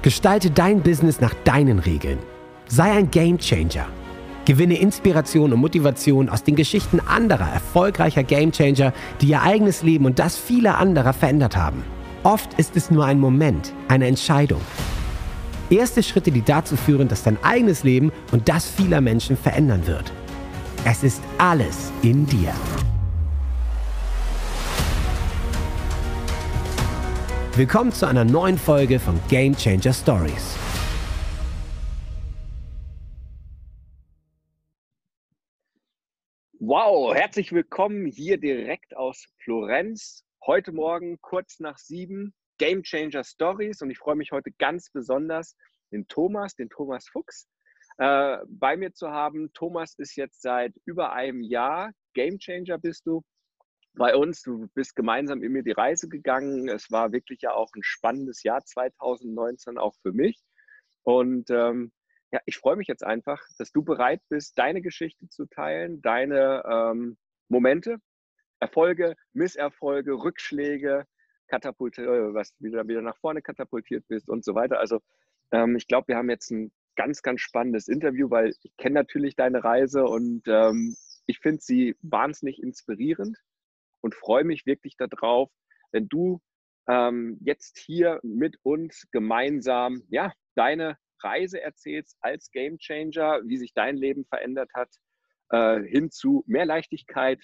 Gestalte dein Business nach deinen Regeln. Sei ein Gamechanger. Gewinne Inspiration und Motivation aus den Geschichten anderer erfolgreicher Gamechanger, die ihr eigenes Leben und das vieler anderer verändert haben. Oft ist es nur ein Moment, eine Entscheidung. Erste Schritte, die dazu führen, dass dein eigenes Leben und das vieler Menschen verändern wird. Es ist alles in dir. Willkommen zu einer neuen Folge von Game Changer Stories. Wow, herzlich willkommen hier direkt aus Florenz. Heute Morgen kurz nach 7 Game Changer Stories und ich freue mich heute ganz besonders, den Thomas Fuchs bei mir zu haben. Thomas ist jetzt seit über einem Jahr Game Changer bist du bei uns. Du bist gemeinsam mit mir die Reise gegangen. Es war wirklich ja auch ein spannendes Jahr 2019 auch für mich. Und ja, ich freue mich jetzt einfach, dass du bereit bist, deine Geschichte zu teilen, deine Momente, Erfolge, Misserfolge, Rückschläge, was wieder nach vorne katapultiert bist und so weiter. Also ich glaube, wir haben jetzt ein ganz, ganz spannendes Interview, weil ich kenne natürlich deine Reise und ich finde sie wahnsinnig inspirierend und freue mich wirklich darauf, wenn du jetzt hier mit uns gemeinsam ja, deine Reise erzählst als Gamechanger, wie sich dein Leben verändert hat, hin zu mehr Leichtigkeit,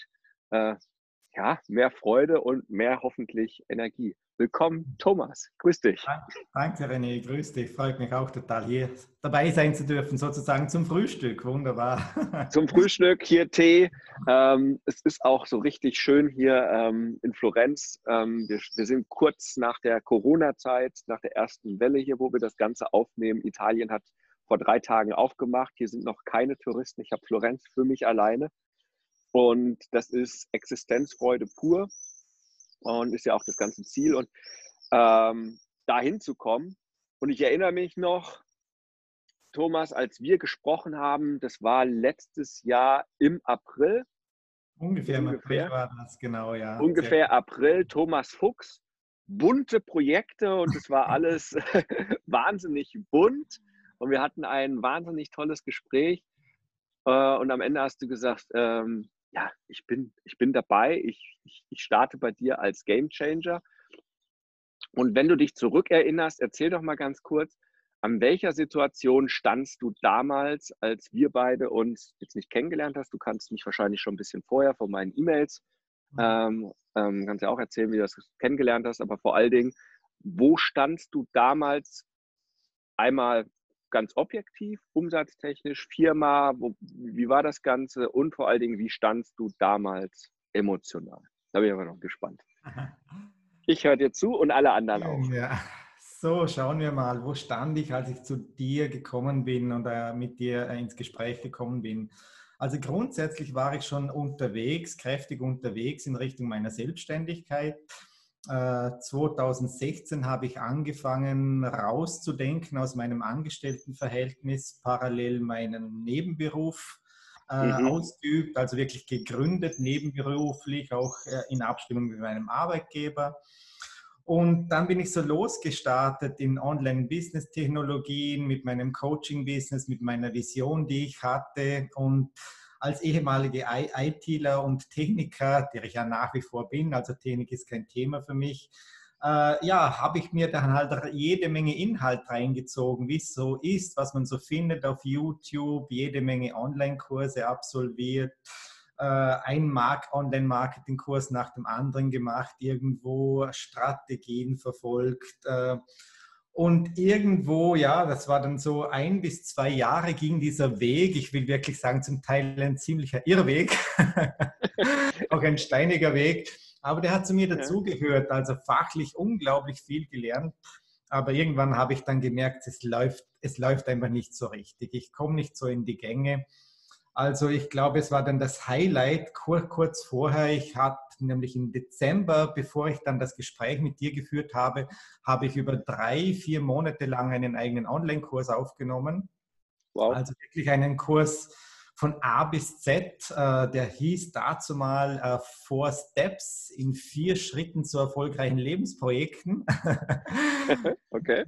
ja, mehr Freude und mehr hoffentlich Energie. Willkommen, Thomas. Grüß dich. Danke, René. Grüß dich. Freut mich auch total, hier dabei sein zu dürfen, sozusagen zum Frühstück. Wunderbar. Zum Frühstück, hier Tee. Es ist auch so richtig schön hier in Florenz. Wir sind kurz nach der Corona-Zeit, nach der ersten Welle hier, wo wir das Ganze aufnehmen. Italien hat vor 3 Tagen aufgemacht. Hier sind noch keine Touristen. Ich habe Florenz für mich alleine. Und das ist Existenzfreude pur und ist ja auch das ganze Ziel. Und dahin zu kommen. Und ich erinnere mich noch, Thomas, als wir gesprochen haben, das war letztes Jahr im April. Ungefähr im April war das, genau, ja. Ungefähr April, Thomas Fuchs. Bunte Projekte und es war alles wahnsinnig bunt. Und wir hatten ein wahnsinnig tolles Gespräch. Und am Ende hast du gesagt, ja, ich bin dabei, ich starte bei dir als Gamechanger. Und wenn du dich zurückerinnerst, erzähl doch mal ganz kurz, an welcher Situation standst du damals, als wir beide uns jetzt nicht kennengelernt hast? Du kannst mich wahrscheinlich schon ein bisschen vorher von meinen E-Mails, kannst ja auch erzählen, wie du das kennengelernt hast, aber vor allen Dingen, wo standst du damals einmal ganz objektiv, umsatztechnisch, Firma, wie war das Ganze und vor allen Dingen, wie standst du damals emotional? Da bin ich aber noch gespannt. Ich höre dir zu und alle anderen auch. Ja, so schauen wir mal, wo stand ich, als ich zu dir gekommen bin und mit dir ins Gespräch gekommen bin. Also grundsätzlich war ich schon unterwegs, kräftig unterwegs in Richtung meiner Selbstständigkeit. 2016 habe ich angefangen, rauszudenken aus meinem Angestelltenverhältnis, parallel meinen Nebenberuf ausgeübt, also wirklich gegründet, nebenberuflich, auch in Abstimmung mit meinem Arbeitgeber. Und dann bin ich so losgestartet in Online-Business-Technologien, mit meinem Coaching-Business, mit meiner Vision, die ich hatte. Und als ehemalige ITler und Techniker, der ich ja nach wie vor bin, also Technik ist kein Thema für mich, ja, habe ich mir dann halt jede Menge Inhalt reingezogen, wie es so ist, was man so findet auf YouTube, jede Menge Online-Kurse absolviert, ein Online-Marketing-Kurs nach dem anderen gemacht, irgendwo Strategien verfolgt. Und irgendwo, ja, das war dann so 1 bis 2 Jahre ging dieser Weg. Ich will wirklich sagen, zum Teil ein ziemlicher Irrweg, auch ein steiniger Weg. Aber der hat zu mir dazugehört, also fachlich unglaublich viel gelernt. Aber irgendwann habe ich dann gemerkt, es läuft einfach nicht so richtig. Ich komme nicht so in die Gänge. Also ich glaube, es war dann das Highlight kurz vorher. Ich hatte nämlich im Dezember, bevor ich dann das Gespräch mit dir geführt habe, habe ich über 3-4 Monate lang einen eigenen Online-Kurs aufgenommen. Wow. Also wirklich einen Kurs von A bis Z. Der hieß dazu mal 4 Steps in 4 Schritten zu erfolgreichen Lebensprojekten. Okay.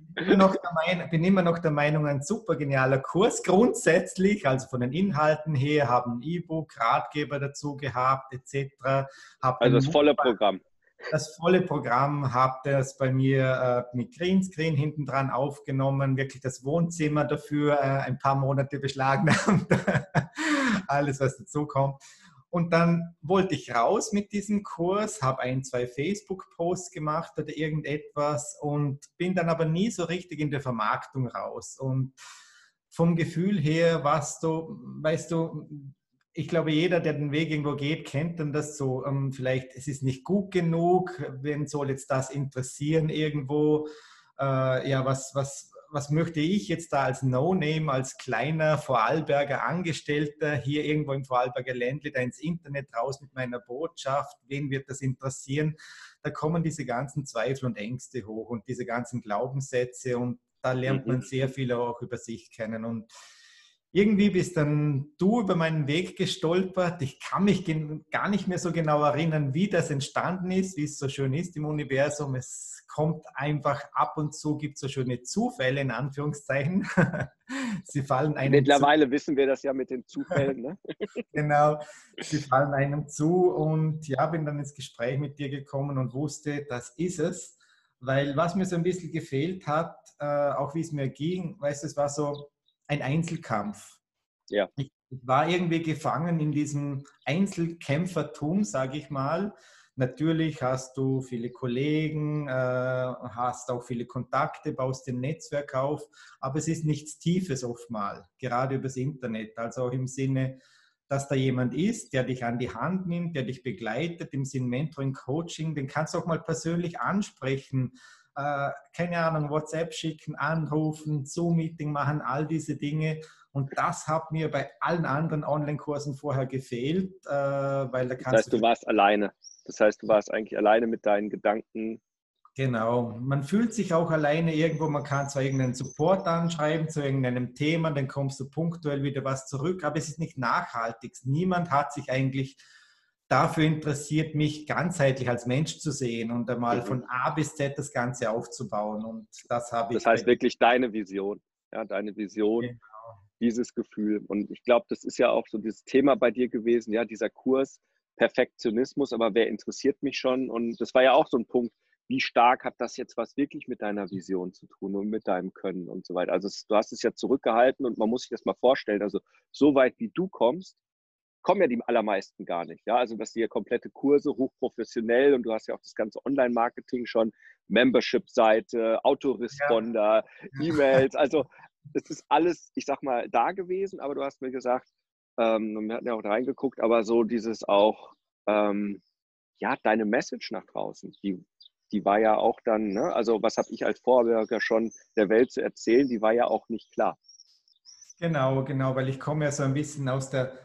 Bin immer noch der Meinung, ein super genialer Kurs grundsätzlich, also von den Inhalten her, haben ein E-Book, Ratgeber dazu gehabt, etc. Also das volle Programm. Das volle Programm, habe das bei mir mit Greenscreen hinten dran aufgenommen, wirklich das Wohnzimmer dafür ein paar Monate beschlagnahmt, alles was dazu kommt. Und dann wollte ich raus mit diesem Kurs, habe 1, 2 Facebook-Posts gemacht oder irgendetwas und bin dann aber nie so richtig in der Vermarktung raus. Und vom Gefühl her weißt du, ich glaube, jeder, der den Weg irgendwo geht, kennt dann das so, vielleicht es ist nicht gut genug, wen soll jetzt das interessieren irgendwo, ja, was möchte ich jetzt da als No-Name, als kleiner Vorarlberger Angestellter hier irgendwo im Vorarlberger Ländle da ins Internet raus mit meiner Botschaft, wen wird das interessieren? Da kommen diese ganzen Zweifel und Ängste hoch und diese ganzen Glaubenssätze und da lernt man sehr viel auch über sich kennen und irgendwie bist dann du über meinen Weg gestolpert. Ich kann mich gar nicht mehr so genau erinnern, wie das entstanden ist, wie es so schön ist im Universum. Es kommt einfach ab und zu, gibt es so schöne Zufälle, in Anführungszeichen. Sie fallen einem Mittlerweile wissen wir das ja mit den Zufällen, ne? Genau, sie fallen einem zu und ja, bin dann ins Gespräch mit dir gekommen und wusste, das ist es. Weil was mir so ein bisschen gefehlt hat, auch wie es mir ging, weißt du, es war so ein Einzelkampf. Ja. Ich war irgendwie gefangen in diesem Einzelkämpfertum, sage ich mal. Natürlich hast du viele Kollegen, hast auch viele Kontakte, baust ein Netzwerk auf, aber es ist nichts Tiefes oftmals, gerade übers Internet. Also auch im Sinne, dass da jemand ist, der dich an die Hand nimmt, der dich begleitet, im Sinne Mentoring, Coaching, den kannst du auch mal persönlich ansprechen. Keine Ahnung, WhatsApp schicken, anrufen, Zoom-Meeting machen, all diese Dinge. Und das hat mir bei allen anderen Online-Kursen vorher gefehlt, weil da kannst du... Das heißt, du warst alleine. Das heißt, du warst eigentlich alleine mit deinen Gedanken. Genau. Man fühlt sich auch alleine irgendwo. Man kann zwar irgendeinen Support anschreiben zu irgendeinem Thema, dann kommst du punktuell wieder was zurück, aber es ist nicht nachhaltig. Niemand hat sich eigentlich dafür interessiert, mich ganzheitlich als Mensch zu sehen und einmal von A bis Z das Ganze aufzubauen. Und das habe ich. Das heißt wirklich deine Vision. Ja, deine Vision, genau. Dieses Gefühl. Und ich glaube, das ist ja auch so dieses Thema bei dir gewesen, ja, dieser Kurs, Perfektionismus, aber wer interessiert mich schon? Und das war ja auch so ein Punkt, wie stark hat das jetzt was wirklich mit deiner Vision zu tun und mit deinem Können und so weiter. Also du hast es ja zurückgehalten und man muss sich das mal vorstellen, also so weit wie du kommst, kommen ja die allermeisten gar nicht. Ja? Also dass die ja komplette Kurse, hochprofessionell und du hast ja auch das ganze Online-Marketing schon, Membership-Seite, Autoresponder, E-Mails, also das ist alles, ich sag mal, da gewesen, aber du hast mir gesagt, wir hatten ja auch da reingeguckt, aber so dieses auch, ja, deine Message nach draußen, die war ja auch dann, ne? Also was habe ich als Vorwerker schon der Welt zu erzählen, die war ja auch nicht klar. Genau, weil ich komme ja so ein bisschen aus der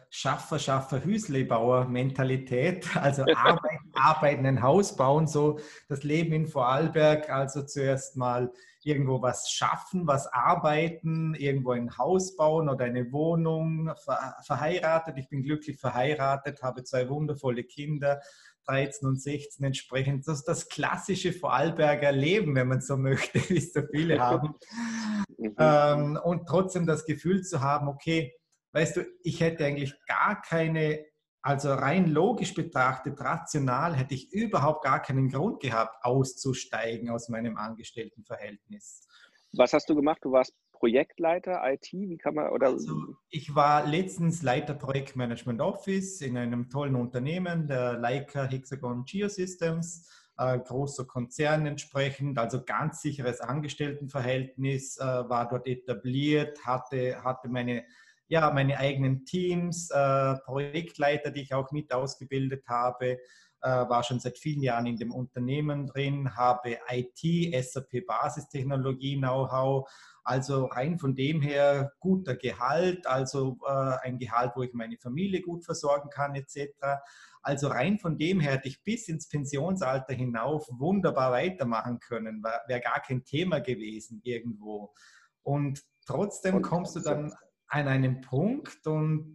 Hüslebauer-Mentalität, also arbeiten, ein Haus bauen, so das Leben in Vorarlberg, also zuerst mal irgendwo was schaffen, was arbeiten, irgendwo ein Haus bauen oder eine Wohnung, verheiratet, ich bin glücklich verheiratet, habe 2 wundervolle Kinder, 13 und 16 entsprechend. Das ist das klassische Vorarlberger Leben, wenn man so möchte, wie es so viele haben. Und trotzdem das Gefühl zu haben, okay, weißt du, ich hätte eigentlich gar keine, also rein logisch betrachtet, rational, hätte ich überhaupt gar keinen Grund gehabt, auszusteigen aus meinem Angestelltenverhältnis. Was hast du gemacht? Du warst Projektleiter, IT, wie kann man, oder? Also ich war letztens Leiter Projektmanagement Office in einem tollen Unternehmen, der Leica Hexagon Geosystems, großer Konzern entsprechend, also ganz sicheres Angestelltenverhältnis, war dort etabliert, hatte meine eigenen Teams, Projektleiter, die ich auch mit ausgebildet habe, war schon seit vielen Jahren in dem Unternehmen drin, habe IT, SAP Basistechnologie, Know-how, also rein von dem her guter Gehalt, also ein Gehalt, wo ich meine Familie gut versorgen kann etc. Also rein von dem her hätte ich bis ins Pensionsalter hinauf wunderbar weitermachen können, wäre gar kein Thema gewesen irgendwo. Und trotzdem kommst du dann an einem Punkt und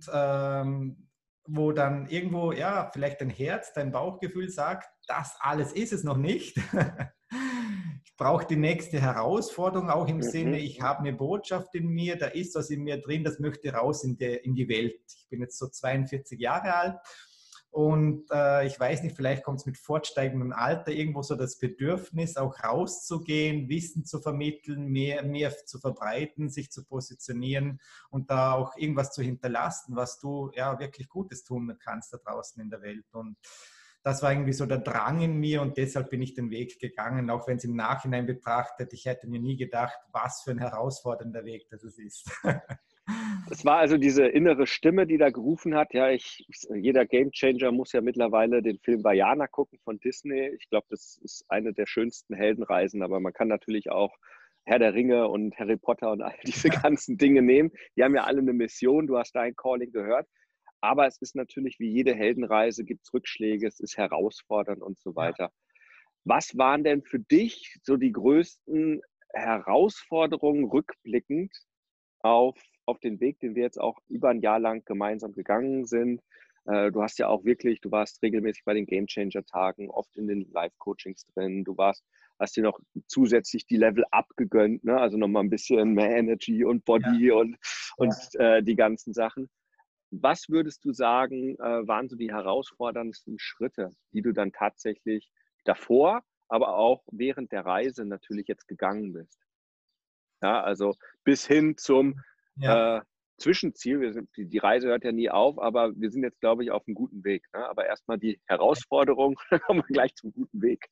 wo dann irgendwo, ja, vielleicht dein Herz, dein Bauchgefühl sagt, das alles ist es noch nicht. Ich brauche die nächste Herausforderung, auch im Sinne, ich habe eine Botschaft in mir, da ist was in mir drin, das möchte raus in die Welt. Ich bin jetzt so 42 Jahre alt und ich weiß nicht, vielleicht kommt es mit fortsteigendem Alter irgendwo so das Bedürfnis, auch rauszugehen, Wissen zu vermitteln, mehr zu verbreiten, sich zu positionieren und da auch irgendwas zu hinterlassen, was du ja wirklich Gutes tun kannst da draußen in der Welt. Und das war irgendwie so der Drang in mir und deshalb bin ich den Weg gegangen, auch wenn es im Nachhinein betrachtet, ich hätte mir nie gedacht, was für ein herausfordernder Weg das ist. Das war also diese innere Stimme, die da gerufen hat. Ja, jeder Gamechanger muss ja mittlerweile den Film Vaiana gucken von Disney. Ich glaube, das ist eine der schönsten Heldenreisen, aber man kann natürlich auch Herr der Ringe und Harry Potter und all diese ganzen Dinge nehmen. Die haben ja alle eine Mission, du hast dein Calling gehört. Aber es ist natürlich wie jede Heldenreise, gibt es Rückschläge, es ist herausfordernd und so weiter. Was waren denn für dich so die größten Herausforderungen rückblickend auf den Weg, den wir jetzt auch über ein Jahr lang gemeinsam gegangen sind? Du hast ja auch wirklich, du warst regelmäßig bei den Gamechanger-Tagen, oft in den Live-Coachings drin. Hast dir noch zusätzlich die Level abgegönnt, ne? Also nochmal ein bisschen mehr Energy und Body und die ganzen Sachen. Was würdest du sagen, waren so die herausforderndsten Schritte, die du dann tatsächlich davor, aber auch während der Reise natürlich jetzt gegangen bist? Ja, also bis hin zum Zwischenziel. Die Reise hört ja nie auf, aber wir sind jetzt, glaube ich, auf einem guten Weg. Ne? Aber erstmal die Herausforderung, dann kommen wir gleich zum guten Weg.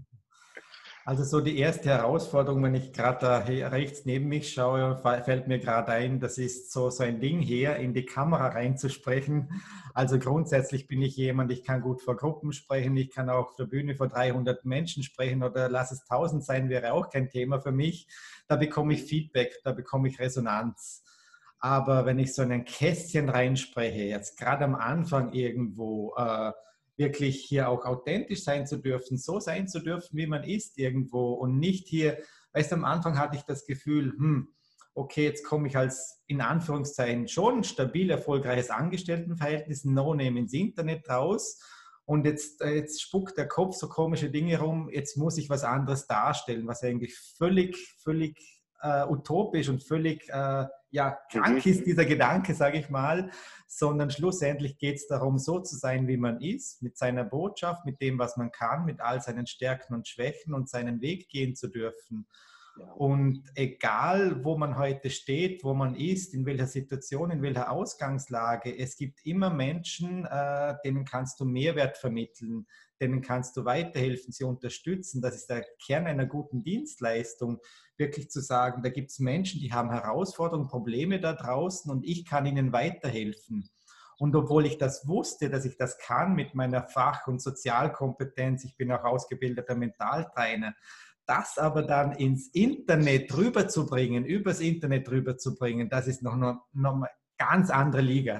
Also so die erste Herausforderung, wenn ich gerade da rechts neben mich schaue, fällt mir gerade ein, das ist so ein Ding hier, in die Kamera reinzusprechen. Also grundsätzlich bin ich jemand, ich kann gut vor Gruppen sprechen, ich kann auch auf der Bühne vor 300 Menschen sprechen oder lass es 1000 sein, wäre auch kein Thema für mich. Da bekomme ich Feedback, da bekomme ich Resonanz. Aber wenn ich so in ein Kästchen reinspreche, jetzt gerade am Anfang irgendwo, wirklich hier auch authentisch sein zu dürfen, so sein zu dürfen, wie man ist irgendwo und nicht hier, weißt du, am Anfang hatte ich das Gefühl, okay, jetzt komme ich als in Anführungszeichen schon stabil erfolgreiches Angestelltenverhältnis, No-Name ins Internet raus und jetzt spuckt der Kopf so komische Dinge rum, jetzt muss ich was anderes darstellen, was eigentlich völlig utopisch und völlig krank ist, dieser Gedanke, sage ich mal, sondern schlussendlich geht es darum, so zu sein, wie man ist, mit seiner Botschaft, mit dem, was man kann, mit all seinen Stärken und Schwächen und seinen Weg gehen zu dürfen. Und egal, wo man heute steht, wo man ist, in welcher Situation, in welcher Ausgangslage, es gibt immer Menschen, denen kannst du Mehrwert vermitteln, denen kannst du weiterhelfen, sie unterstützen. Das ist der Kern einer guten Dienstleistung, wirklich zu sagen, da gibt es Menschen, die haben Herausforderungen, Probleme da draußen und ich kann ihnen weiterhelfen. Und obwohl ich das wusste, dass ich das kann mit meiner Fach- und Sozialkompetenz, ich bin auch ausgebildeter Mentaltrainer, das aber dann ins Internet rüberzubringen, übers Internet rüberzubringen, das ist noch eine ganz andere Liga.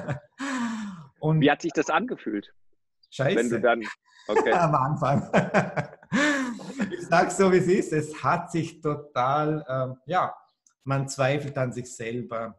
Und wie hat sich das angefühlt? Scheiße. Wenn du dann, okay. Am Anfang. Ich sage so, wie es ist. Es hat sich total, man zweifelt an sich selber.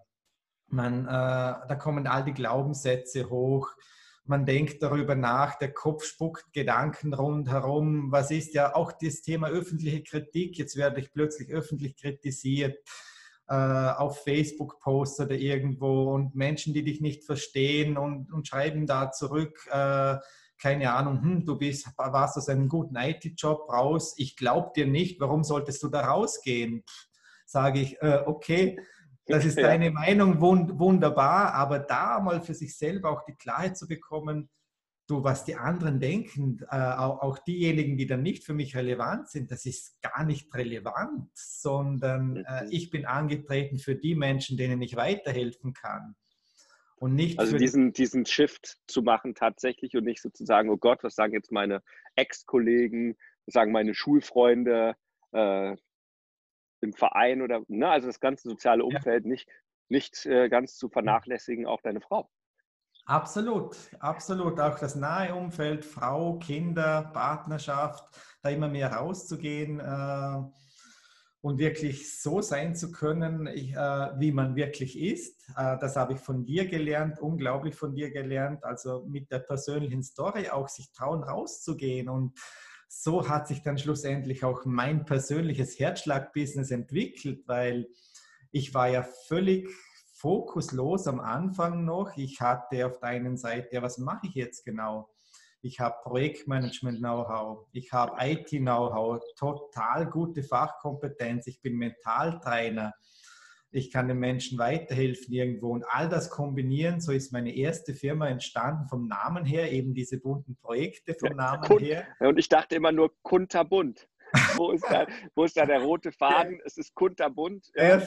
Da kommen all die Glaubenssätze hoch. Man denkt darüber nach, der Kopf spuckt Gedanken rundherum. Was ist ja auch das Thema öffentliche Kritik? Jetzt werde ich plötzlich öffentlich kritisiert auf Facebook-Posts oder irgendwo und Menschen, die dich nicht verstehen und schreiben da zurück, keine Ahnung, du warst aus einem guten IT-Job raus, ich glaube dir nicht, warum solltest du da rausgehen? Sage ich, okay, das ist deine Meinung, wunderbar, aber da mal für sich selber auch die Klarheit zu bekommen, du, was die anderen denken, auch diejenigen, die dann nicht für mich relevant sind, das ist gar nicht relevant, sondern ich bin angetreten für die Menschen, denen ich weiterhelfen kann. Und nicht also diesen Shift zu machen tatsächlich und nicht sozusagen, oh Gott, was sagen jetzt meine Ex-Kollegen, was sagen meine Schulfreunde im Verein oder, ne, also das ganze soziale Umfeld nicht ganz zu vernachlässigen, auch deine Frau. Absolut, absolut. Auch das nahe Umfeld, Frau, Kinder, Partnerschaft, da immer mehr rauszugehen. und wirklich so sein zu können, wie man wirklich ist. Das habe ich von dir gelernt, unglaublich von dir gelernt. Also mit der persönlichen Story auch sich trauen, rauszugehen. Und so hat sich dann schlussendlich auch mein persönliches Herzschlag-Business entwickelt, weil ich war ja völlig fokuslos am Anfang noch. Ich hatte auf der einen Seite, ja, was mache ich jetzt genau? Ich habe Projektmanagement-Know-how, ich habe IT-Know-how, total gute Fachkompetenz, ich bin Mentaltrainer, ich kann den Menschen weiterhelfen irgendwo und all das kombinieren, so ist meine erste Firma entstanden vom Namen her, eben diese bunten Projekte vom Namen her. Und ich dachte immer nur kunterbunt. Wo ist da der rote Faden? Es ist kunterbunt. Ja,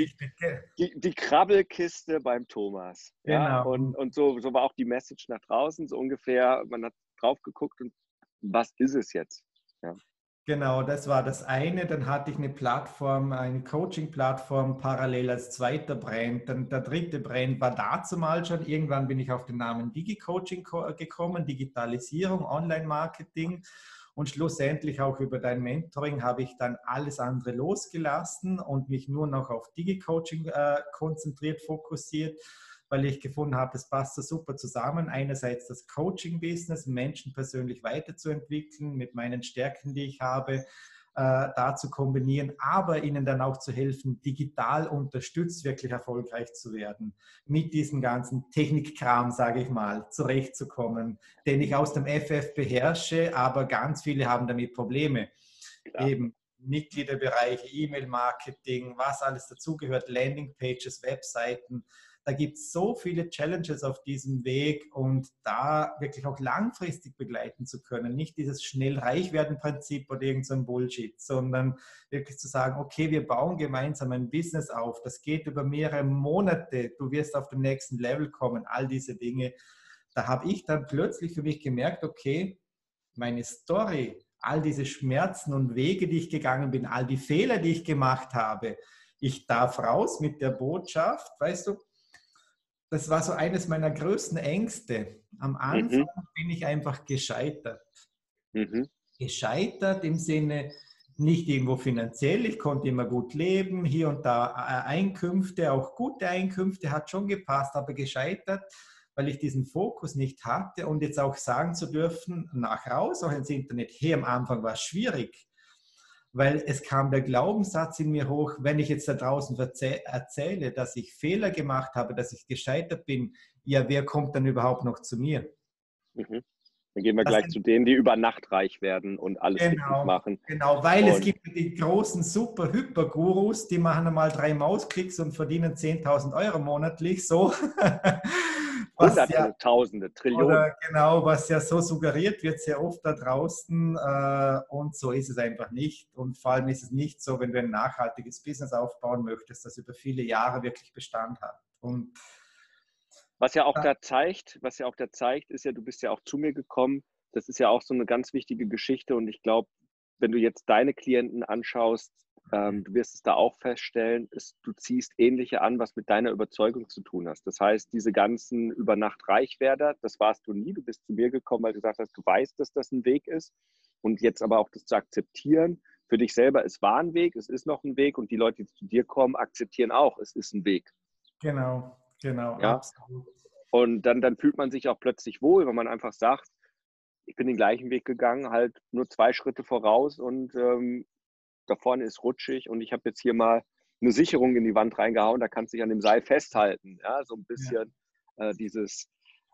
die Krabbelkiste beim Thomas. Ja? Genau. Und so war auch die Message nach draußen, so ungefähr. Man hat drauf geguckt und was ist es jetzt? Ja. Genau, das war das eine. Dann hatte ich eine Plattform, eine Coaching-Plattform parallel als zweiter Brand. Dann der dritte Brand war dazu mal schon. Irgendwann bin ich auf den Namen DigiCoaching gekommen, Digitalisierung, Online-Marketing. Und schlussendlich auch über dein Mentoring habe ich dann alles andere losgelassen und mich nur noch auf DigiCoaching konzentriert, fokussiert, weil ich gefunden habe, es passt so super zusammen. Einerseits das Coaching-Business, Menschen persönlich weiterzuentwickeln mit meinen Stärken, die ich habe, da zu kombinieren, aber ihnen dann auch zu helfen, digital unterstützt wirklich erfolgreich zu werden, mit diesem ganzen Technikkram, sage ich mal, zurechtzukommen, den ich aus dem FF beherrsche, aber ganz viele haben damit Probleme. Klar. Eben Mitgliederbereiche, E-Mail-Marketing, was alles dazugehört, Landingpages, Webseiten. Da gibt es so viele Challenges auf diesem Weg und da wirklich auch langfristig begleiten zu können. Nicht dieses Schnell-Reich-werden-Prinzip oder irgend so ein Bullshit, sondern wirklich zu sagen, okay, wir bauen gemeinsam ein Business auf. Das geht über mehrere Monate. Du wirst auf den nächsten Level kommen, all diese Dinge. Da habe ich dann plötzlich für mich gemerkt, okay, meine Story, all diese Schmerzen und Wege, die ich gegangen bin, all die Fehler, die ich gemacht habe, ich darf raus mit der Botschaft, weißt du, das war so eines meiner größten Ängste. Am Anfang bin ich einfach gescheitert. Gescheitert im Sinne, nicht irgendwo finanziell, ich konnte immer gut leben, hier und da Einkünfte, auch gute Einkünfte, hat schon gepasst, aber gescheitert, weil ich diesen Fokus nicht hatte und jetzt auch sagen zu dürfen, nach raus, auch ins Internet, hey, am Anfang war es schwierig, weil es kam der Glaubenssatz in mir hoch, wenn ich jetzt da draußen erzähle, dass ich Fehler gemacht habe, dass ich gescheitert bin, ja, wer kommt dann überhaupt noch zu mir? Dann gehen wir gleich zu denen, die über Nacht reich werden und alles richtig machen. Genau, weil es gibt die großen Super-Hyper-Gurus, die machen einmal 3 Mausklicks und verdienen 10.000 Euro monatlich, so. Hunderte, ja, Tausende, Trillionen. Oder genau, was ja so suggeriert wird, sehr oft da draußen. Und so ist es einfach nicht. Und vor allem ist es nicht so, wenn du ein nachhaltiges Business aufbauen möchtest, das über viele Jahre wirklich Bestand hat. Und was ja auch da zeigt, ist ja, du bist ja auch zu mir gekommen. Das ist ja auch so eine ganz wichtige Geschichte. Und ich glaube, wenn du jetzt deine Klienten anschaust, du wirst es da auch feststellen, du ziehst ähnliche an, was mit deiner Überzeugung zu tun hast. Das heißt, diese ganzen Über-Nacht-Reichwerder, das warst du nie. Du bist zu mir gekommen, weil du gesagt hast, du weißt, dass das ein Weg ist. Und jetzt aber auch das zu akzeptieren, für dich selber, es war ein Weg, es ist noch ein Weg. Und die Leute, die zu dir kommen, akzeptieren auch, es ist ein Weg. Genau, ja? Absolut. Und dann fühlt man sich auch plötzlich wohl, wenn man einfach sagt, ich bin den gleichen Weg gegangen, halt nur 2 Schritte voraus und da vorne ist rutschig und ich habe jetzt hier mal eine Sicherung in die Wand reingehauen, da kannst du dich an dem Seil festhalten. Ja, so ein bisschen dieses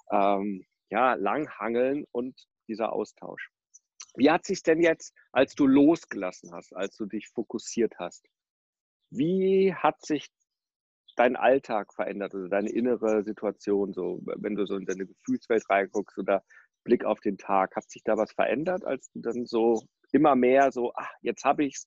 Langhangeln und dieser Austausch. Wie hat sich denn jetzt, als du losgelassen hast, als du dich fokussiert hast, wie hat sich dein Alltag verändert, also deine innere Situation, so wenn du so in deine Gefühlswelt reinguckst oder Blick auf den Tag, hat sich da was verändert, als du dann so immer mehr so, jetzt habe ich es,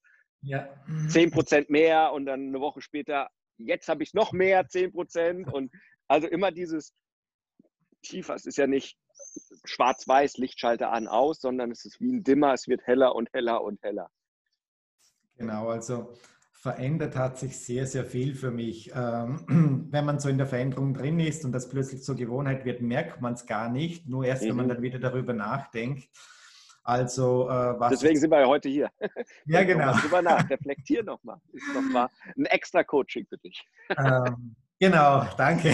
10% mehr und dann eine Woche später, jetzt habe ich es noch mehr, 10% und also immer dieses tiefer, es ist ja nicht schwarz-weiß, Lichtschalter an, aus, sondern es ist wie ein Dimmer, es wird heller und heller und heller. Genau, also verändert hat sich sehr, sehr viel für mich. Wenn man so in der Veränderung drin ist und das plötzlich zur Gewohnheit wird, merkt man es gar nicht, nur erst, wenn man dann wieder darüber nachdenkt. Also, Deswegen sind wir ja heute hier. Ja, genau. Drüber nach, reflektier nochmal. Ist nochmal ein extra Coaching für dich. Genau, danke.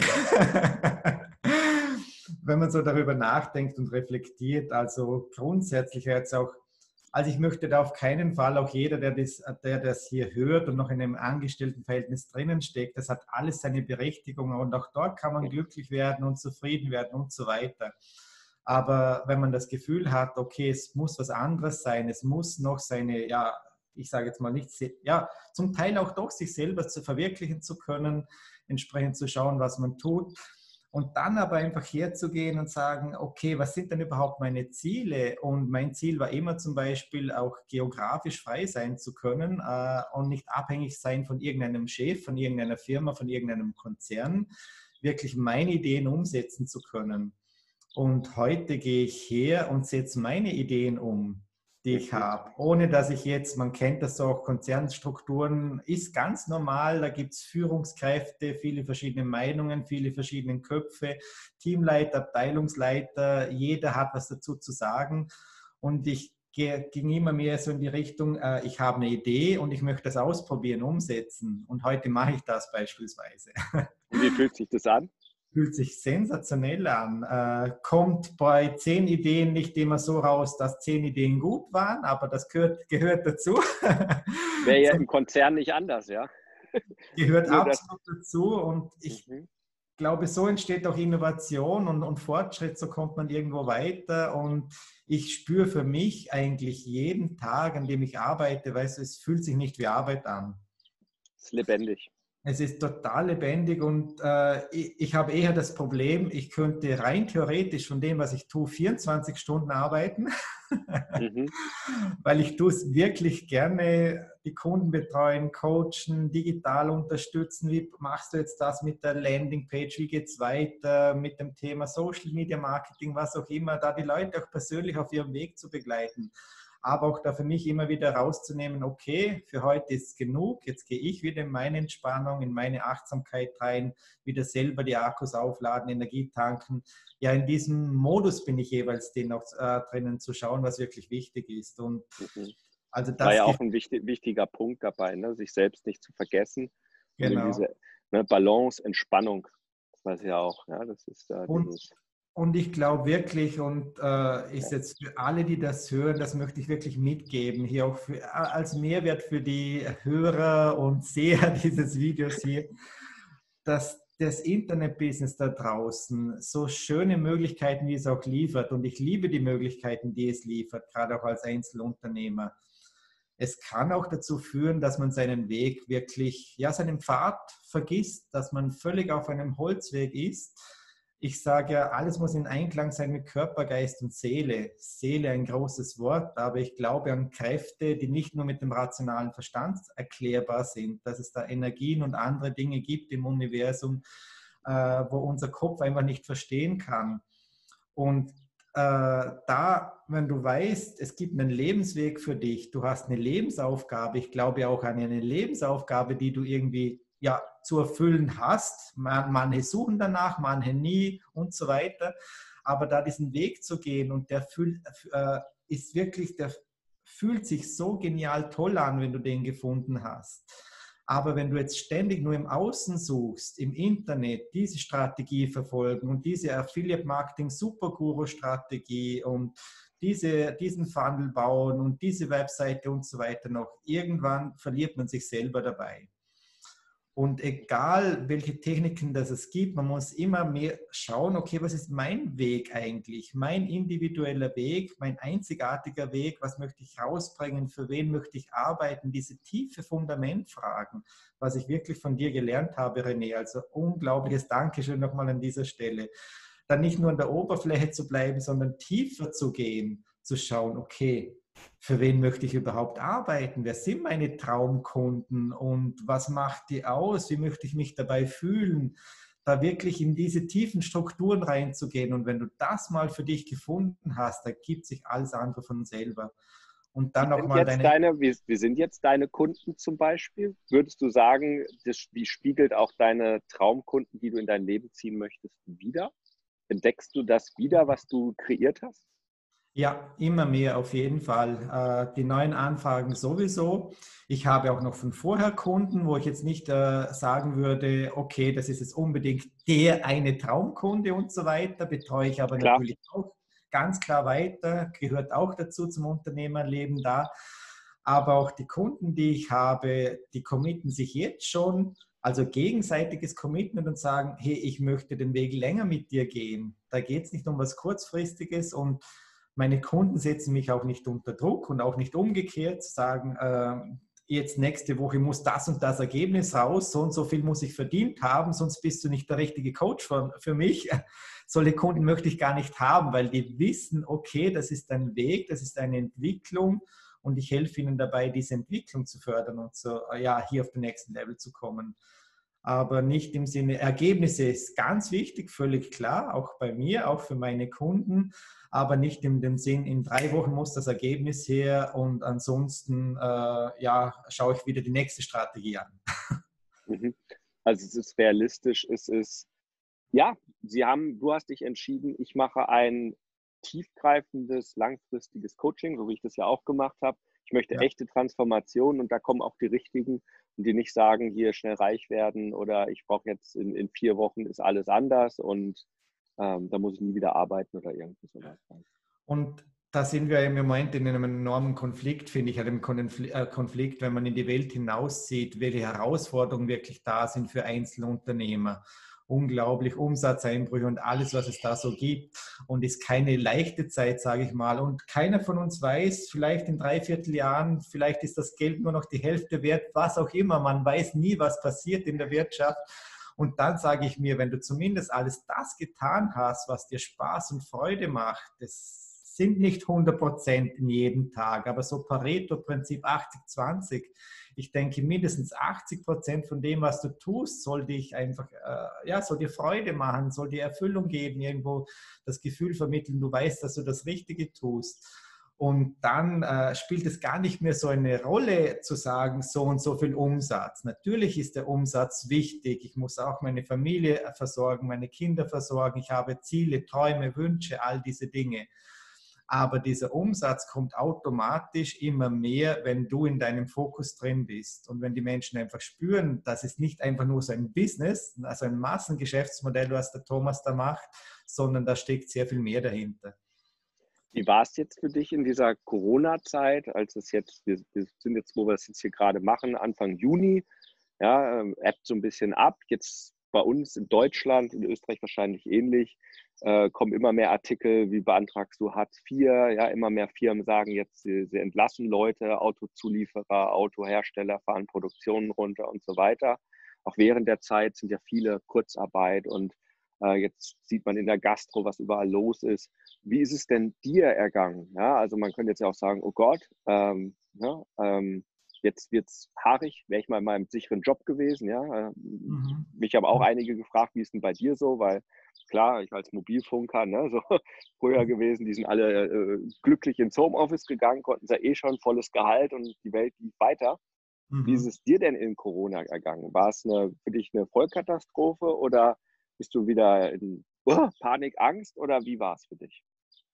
Wenn man so darüber nachdenkt und reflektiert, also grundsätzlich jetzt auch, also ich möchte da auf keinen Fall, auch jeder, der das hier hört und noch in einem Angestelltenverhältnis drinnen steckt, das hat alles seine Berechtigung und auch dort kann man glücklich werden und zufrieden werden und so weiter. Aber wenn man das Gefühl hat, okay, es muss was anderes sein, es muss noch seine, ja, ich sage jetzt mal nicht, ja, zum Teil auch doch sich selber zu verwirklichen zu können, entsprechend zu schauen, was man tut. Und dann aber einfach herzugehen und sagen, okay, was sind denn überhaupt meine Ziele? Und mein Ziel war immer zum Beispiel auch geografisch frei sein zu können und nicht abhängig sein von irgendeinem Chef, von irgendeiner Firma, von irgendeinem Konzern, wirklich meine Ideen umsetzen zu können. Und heute gehe ich her und setze meine Ideen um, die ich habe, ohne dass ich jetzt, man kennt das auch, Konzernstrukturen ist ganz normal, da gibt es Führungskräfte, viele verschiedene Meinungen, viele verschiedene Köpfe, Teamleiter, Abteilungsleiter, jeder hat was dazu zu sagen und ich ging immer mehr so in die Richtung, ich habe eine Idee und ich möchte das ausprobieren, umsetzen und heute mache ich das beispielsweise. Und wie fühlt sich das an? Fühlt sich sensationell an. Kommt bei 10 Ideen nicht immer so raus, dass 10 Ideen gut waren, aber das gehört dazu. Wäre ja im Konzern nicht anders, ja? Gehört absolut dazu und ich glaube, so entsteht auch Innovation und Fortschritt, so kommt man irgendwo weiter und ich spüre für mich eigentlich jeden Tag, an dem ich arbeite, weißt du, es fühlt sich nicht wie Arbeit an. Es ist lebendig. Es ist total lebendig und ich habe eher das Problem, ich könnte rein theoretisch von dem, was ich tue, 24 Stunden arbeiten, weil ich tue es wirklich gerne, die Kunden betreuen, coachen, digital unterstützen. Wie machst du jetzt das mit der Landingpage? Wie geht es weiter mit dem Thema Social Media Marketing, was auch immer, da die Leute auch persönlich auf ihrem Weg zu begleiten. Aber auch da für mich immer wieder rauszunehmen, okay, für heute ist es genug, jetzt gehe ich wieder in meine Entspannung, in meine Achtsamkeit rein, wieder selber die Akkus aufladen, Energie tanken. Ja, in diesem Modus bin ich jeweils noch drinnen zu schauen, was wirklich wichtig ist. Und also das war ja auch ein wichtiger Punkt dabei, ne? Sich selbst nicht zu vergessen. Genau. Und diese Balance, Entspannung, das weiß ich ja auch. Ja? Das ist dieses... Und ich glaube wirklich, und ist jetzt für alle, die das hören, das möchte ich wirklich mitgeben, hier auch als Mehrwert für die Hörer und Seher dieses Videos hier, dass das Internet-Business da draußen so schöne Möglichkeiten, wie es auch liefert, und ich liebe die Möglichkeiten, die es liefert, gerade auch als Einzelunternehmer. Es kann auch dazu führen, dass man seinen Weg wirklich, ja, seinen Pfad vergisst, dass man völlig auf einem Holzweg ist. Ich sage ja, alles muss in Einklang sein mit Körper, Geist und Seele. Seele ein großes Wort, aber ich glaube an Kräfte, die nicht nur mit dem rationalen Verstand erklärbar sind, dass es da Energien und andere Dinge gibt im Universum, wo unser Kopf einfach nicht verstehen kann. Und wenn du weißt, es gibt einen Lebensweg für dich, du hast eine Lebensaufgabe, ich glaube auch an eine Lebensaufgabe, die du irgendwie zu erfüllen hast. Manche suchen danach, manche nie und so weiter. Aber da diesen Weg zu gehen und der fühlt sich so genial toll an, wenn du den gefunden hast. Aber wenn du jetzt ständig nur im Außen suchst, im Internet, diese Strategie verfolgen und diese Affiliate-Marketing-Superguru-Strategie und diesen Funnel bauen und diese Webseite und so weiter noch, irgendwann verliert man sich selber dabei. Und egal, welche Techniken das es gibt, man muss immer mehr schauen, okay, was ist mein Weg eigentlich? Mein individueller Weg, mein einzigartiger Weg, was möchte ich rausbringen, für wen möchte ich arbeiten? Diese tiefe Fundamentfragen, was ich wirklich von dir gelernt habe, René. Also unglaubliches Dankeschön nochmal an dieser Stelle. Dann nicht nur an der Oberfläche zu bleiben, sondern tiefer zu gehen, zu schauen, okay, für wen möchte ich überhaupt arbeiten? Wer sind meine Traumkunden und was macht die aus? Wie möchte ich mich dabei fühlen? Da wirklich in diese tiefen Strukturen reinzugehen. Und wenn du das mal für dich gefunden hast, da gibt sich alles andere von selber. Und dann nochmal wie sind jetzt deine Kunden zum Beispiel? Würdest du sagen, die spiegelt auch deine Traumkunden, die du in dein Leben ziehen möchtest, wider? Entdeckst du das wieder, was du kreiert hast? Ja, immer mehr auf jeden Fall. Die neuen Anfragen sowieso. Ich habe auch noch von vorher Kunden, wo ich jetzt nicht sagen würde, okay, das ist jetzt unbedingt der eine Traumkunde und so weiter, betreue ich aber Klar, natürlich auch ganz klar weiter, gehört auch dazu zum Unternehmerleben da. Aber auch die Kunden, die ich habe, die committen sich jetzt schon, also gegenseitiges Commitment und sagen, hey, ich möchte den Weg länger mit dir gehen. Da geht es nicht um was Kurzfristiges und meine Kunden setzen mich auch nicht unter Druck und auch nicht umgekehrt, sagen, jetzt nächste Woche muss das und das Ergebnis raus, so und so viel muss ich verdient haben, sonst bist du nicht der richtige Coach für mich. Solche Kunden möchte ich gar nicht haben, weil die wissen, okay, das ist ein Weg, das ist eine Entwicklung und ich helfe ihnen dabei, diese Entwicklung zu fördern und so, ja, hier auf den nächsten Level zu kommen. Aber nicht im Sinne, Ergebnisse ist ganz wichtig, völlig klar, auch bei mir, auch für meine Kunden, aber nicht in dem Sinn, in 3 Wochen muss das Ergebnis her und ansonsten ja, schaue ich wieder die nächste Strategie an. mhm. Also es ist realistisch, es ist, ja, du hast dich entschieden, ich mache ein tiefgreifendes, langfristiges Coaching, so wie ich das ja auch gemacht habe. Ich möchte Ja. echte Transformation und da kommen auch die Richtigen, die nicht sagen, hier schnell reich werden oder ich brauche jetzt in 4 Wochen ist alles anders und da muss ich nie wieder arbeiten oder irgendwie sowas. Und da sind wir im Moment in einem enormen Konflikt, finde ich, einem Konflikt, wenn man in die Welt hinaussieht, welche Herausforderungen wirklich da sind für Einzelunternehmer. Unglaublich Umsatzeinbrüche und alles, was es da so gibt. Und ist keine leichte Zeit, sage ich mal. Und keiner von uns weiß, vielleicht in 3/4 Jahren, vielleicht ist das Geld nur noch die Hälfte wert, was auch immer. Man weiß nie, was passiert in der Wirtschaft. Und dann sage ich mir, wenn du zumindest alles das getan hast, was dir Spaß und Freude macht, das sind nicht 100% in jedem Tag, aber so Pareto-Prinzip 80-20. Ich denke, mindestens 80% von dem, was du tust, soll dich einfach, ja, soll dir Freude machen, soll dir Erfüllung geben, irgendwo das Gefühl vermitteln, du weißt, dass du das Richtige tust. Und dann spielt es gar nicht mehr so eine Rolle zu sagen, so und so viel Umsatz. Natürlich ist der Umsatz wichtig. Ich muss auch meine Familie versorgen, meine Kinder versorgen. Ich habe Ziele, Träume, Wünsche, all diese Dinge. Aber dieser Umsatz kommt automatisch immer mehr, wenn du in deinem Fokus drin bist. Und wenn die Menschen einfach spüren, das ist nicht einfach nur so ein Business, also ein Massengeschäftsmodell, was der Thomas da macht, sondern da steckt sehr viel mehr dahinter. Wie war es jetzt für dich in dieser Corona-Zeit, als es jetzt, wir sind jetzt, wo wir es jetzt hier gerade machen, Anfang Juni, ja, ebbt so ein bisschen ab. Jetzt bei uns in Deutschland, in Österreich wahrscheinlich ähnlich, kommen immer mehr Artikel, wie beantragst du Hartz IV, ja, immer mehr Firmen sagen jetzt, sie entlassen Leute, Autozulieferer, Autohersteller fahren Produktionen runter und so weiter. Auch während der Zeit sind ja viele Kurzarbeit und jetzt sieht man in der Gastro, was überall los ist. Wie ist es denn dir ergangen? Ja, also man könnte jetzt ja auch sagen, oh Gott, ja, jetzt wird es haarig, wäre ich mal in meinem sicheren Job gewesen. Ja? Mich haben auch einige gefragt, wie ist denn bei dir so? Weil klar, ich als Mobilfunker, ne, so früher gewesen, die sind alle glücklich ins Homeoffice gegangen, konnten ja eh schon volles Gehalt und die Welt lief weiter. Wie ist es dir denn in Corona ergangen? War es für dich eine Vollkatastrophe oder bist du wieder in Panik, Angst oder wie war es für dich?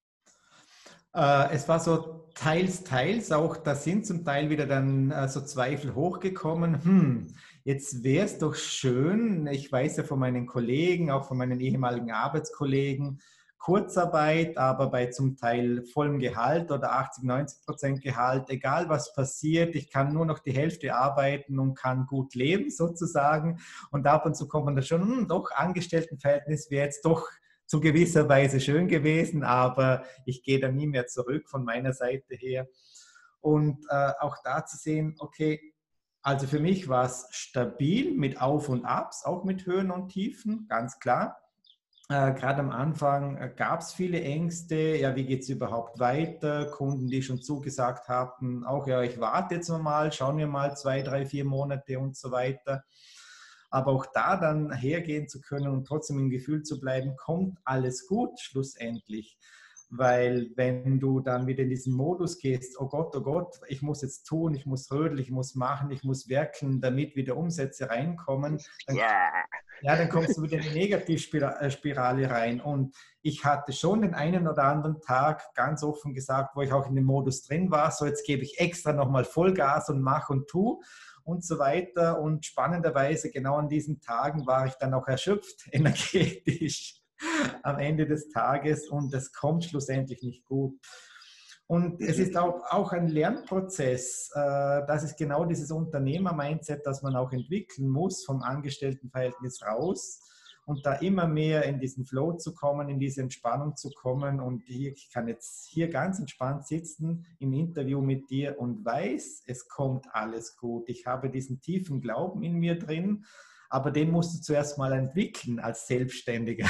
Es war so teils, teils, auch da sind zum Teil wieder dann so Zweifel hochgekommen. Jetzt wäre es doch schön, ich weiß ja von meinen Kollegen, auch von meinen ehemaligen Arbeitskollegen, Kurzarbeit, aber bei zum Teil vollem Gehalt oder 80-90% Gehalt, egal was passiert, ich kann nur noch die Hälfte arbeiten und kann gut leben sozusagen. Und ab und zu kommt man da schon, doch Angestelltenverhältnis wäre jetzt doch zu gewisser Weise schön gewesen, aber ich gehe da nie mehr zurück von meiner Seite her. Und auch da zu sehen, okay, also für mich war es stabil mit Auf und Abs, auch mit Höhen und Tiefen, ganz klar. Gerade am Anfang gab es viele Ängste, ja, wie geht es überhaupt weiter? Kunden, die schon zugesagt hatten, auch ja, ich warte jetzt mal, schauen wir mal 2, 3, 4 Monate und so weiter. Aber auch da dann hergehen zu können und trotzdem im Gefühl zu bleiben, kommt alles gut schlussendlich. Weil wenn du dann wieder in diesen Modus gehst, oh Gott, ich muss jetzt tun, ich muss rödeln, ich muss machen, ich muss werkeln, damit wieder Umsätze reinkommen, dann, Ja. Ja, dann kommst du wieder in die Negativspirale rein. Und ich hatte schon den einen oder anderen Tag, ganz offen gesagt, wo ich auch in dem Modus drin war, so jetzt gebe ich extra nochmal Vollgas und mach und tu und so weiter. Und spannenderweise, genau an diesen Tagen war ich dann auch erschöpft, energetisch am Ende des Tages, und das kommt schlussendlich nicht gut. Und es ist auch ein Lernprozess. Das ist genau dieses Unternehmer-Mindset, das man auch entwickeln muss, vom Angestelltenverhältnis raus und da immer mehr in diesen Flow zu kommen, in diese Entspannung zu kommen. Und ich kann jetzt hier ganz entspannt sitzen im Interview mit dir und weiß, es kommt alles gut. Ich habe diesen tiefen Glauben in mir drin, aber den musst du zuerst mal entwickeln als Selbstständiger.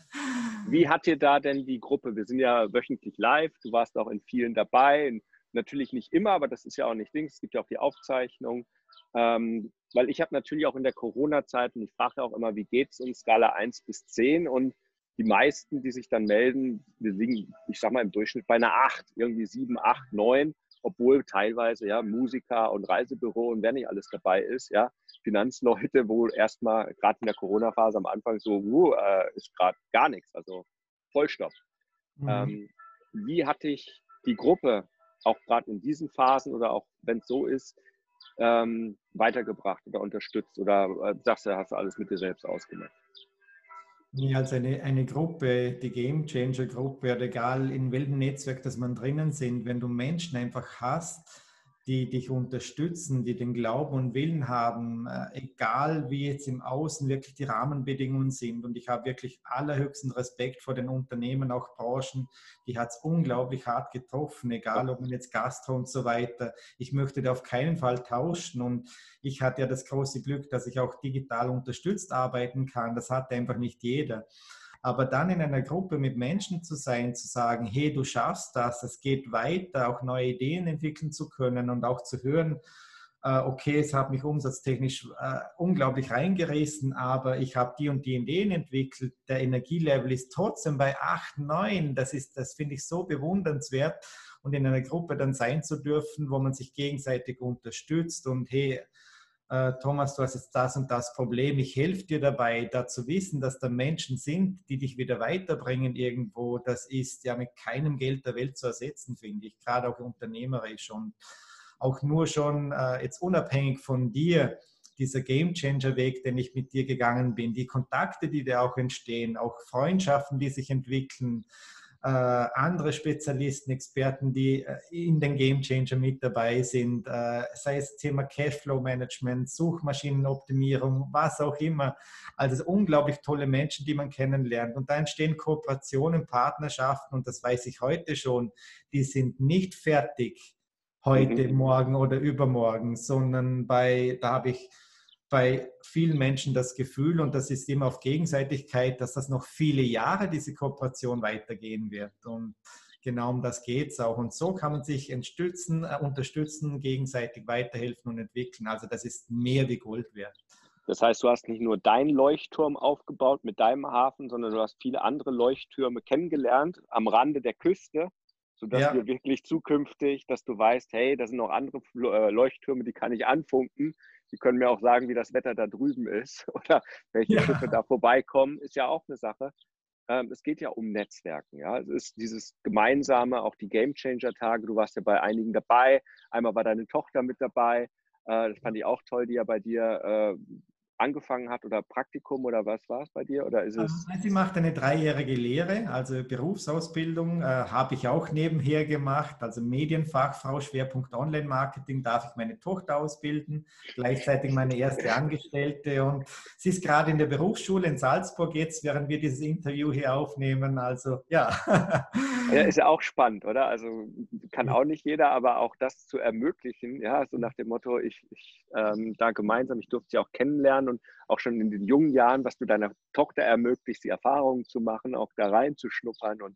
Wie hat dir da denn die Gruppe? Wir sind ja wöchentlich live, du warst auch in vielen dabei, natürlich nicht immer, aber das ist ja auch nicht Dings, es gibt ja auch die Aufzeichnung, weil ich habe natürlich auch in der Corona-Zeit, und ich frage ja auch immer, wie geht es uns, Skala 1 bis 10, und die meisten, die sich dann melden, wir liegen, ich sag mal im Durchschnitt bei einer 8, irgendwie 7, 8, 9, obwohl teilweise ja Musiker und Reisebüro und wer nicht alles dabei ist, ja, Finanzleute, wo erstmal gerade in der Corona-Phase am Anfang so, ist gerade gar nichts, also Vollstopp. Mhm. Wie hat dich die Gruppe auch gerade in diesen Phasen oder auch wenn es so ist, weitergebracht oder unterstützt, oder sagst du, hast du alles mit dir selbst ausgemacht? Ja, also eine Gruppe, die Game Changer Gruppe, oder egal in welchem Netzwerk das man drinnen sind, wenn du Menschen einfach hast, die dich unterstützen, die den Glauben und Willen haben, egal wie jetzt im Außen wirklich die Rahmenbedingungen sind. Und ich habe wirklich allerhöchsten Respekt vor den Unternehmen, auch Branchen, die hat es unglaublich hart getroffen, egal ob man jetzt Gastro und so weiter. Ich möchte da auf keinen Fall tauschen, und ich hatte ja das große Glück, dass ich auch digital unterstützt arbeiten kann. Das hatte einfach nicht jeder. Aber dann in einer Gruppe mit Menschen zu sein, zu sagen, hey, du schaffst das, es geht weiter, auch neue Ideen entwickeln zu können und auch zu hören, okay, es hat mich umsatztechnisch unglaublich reingerissen, aber ich habe die und die Ideen entwickelt, der Energielevel ist trotzdem bei 8, 9, das finde ich so bewundernswert, und in einer Gruppe dann sein zu dürfen, wo man sich gegenseitig unterstützt und hey, Thomas, du hast jetzt das und das Problem, ich helfe dir dabei, da zu wissen, dass da Menschen sind, die dich wieder weiterbringen irgendwo, das ist ja mit keinem Geld der Welt zu ersetzen, finde ich, gerade auch unternehmerisch, und auch nur schon jetzt unabhängig von dir, dieser Game-Changer-Weg, den ich mit dir gegangen bin, die Kontakte, die da auch entstehen, auch Freundschaften, die sich entwickeln, andere Spezialisten, Experten, die in den Game Changer mit dabei sind, sei es Thema Cashflow-Management, Suchmaschinenoptimierung, was auch immer. Also unglaublich tolle Menschen, die man kennenlernt. Und da entstehen Kooperationen, Partnerschaften, und das weiß ich heute schon, die sind nicht fertig heute, morgen oder übermorgen, sondern da habe ich bei vielen Menschen das Gefühl, und das ist immer auf Gegenseitigkeit, dass das noch viele Jahre, diese Kooperation weitergehen wird. Und genau um das geht es auch. Und so kann man sich unterstützen, gegenseitig weiterhelfen und entwickeln. Also das ist mehr wie Gold wert. Das heißt, du hast nicht nur deinen Leuchtturm aufgebaut mit deinem Hafen, sondern du hast viele andere Leuchttürme kennengelernt am Rande der Küste, sodass Ja, wir wirklich zukünftig, dass du weißt, hey, da sind noch andere Leuchttürme, die kann ich anfunken. Die können mir auch sagen, wie das Wetter da drüben ist oder welche Schiffe ja. da vorbeikommen, ist ja auch eine Sache. Es geht ja um Netzwerken. Ja? Es ist dieses gemeinsame, auch die Game Changer Tage. Du warst ja bei einigen dabei. Einmal war deine Tochter mit dabei. Das fand ich auch toll, die ja bei dir angefangen hat, oder Praktikum, oder was war es bei dir? Oder ist es? Sie macht eine 3-jährige Lehre, also Berufsausbildung habe ich auch nebenher gemacht, also Medienfachfrau, Schwerpunkt Online-Marketing, darf ich meine Tochter ausbilden, gleichzeitig meine erste Angestellte, und sie ist gerade in der Berufsschule in Salzburg jetzt, während wir dieses Interview hier aufnehmen, also ja. Ja, ist ja auch spannend, oder? Also kann auch nicht jeder, aber auch das zu ermöglichen, ja, so nach dem Motto, da gemeinsam, ich durfte sie auch kennenlernen und auch schon in den jungen Jahren, was du deiner Tochter ermöglicht, die Erfahrungen zu machen, auch da reinzuschnuppern, und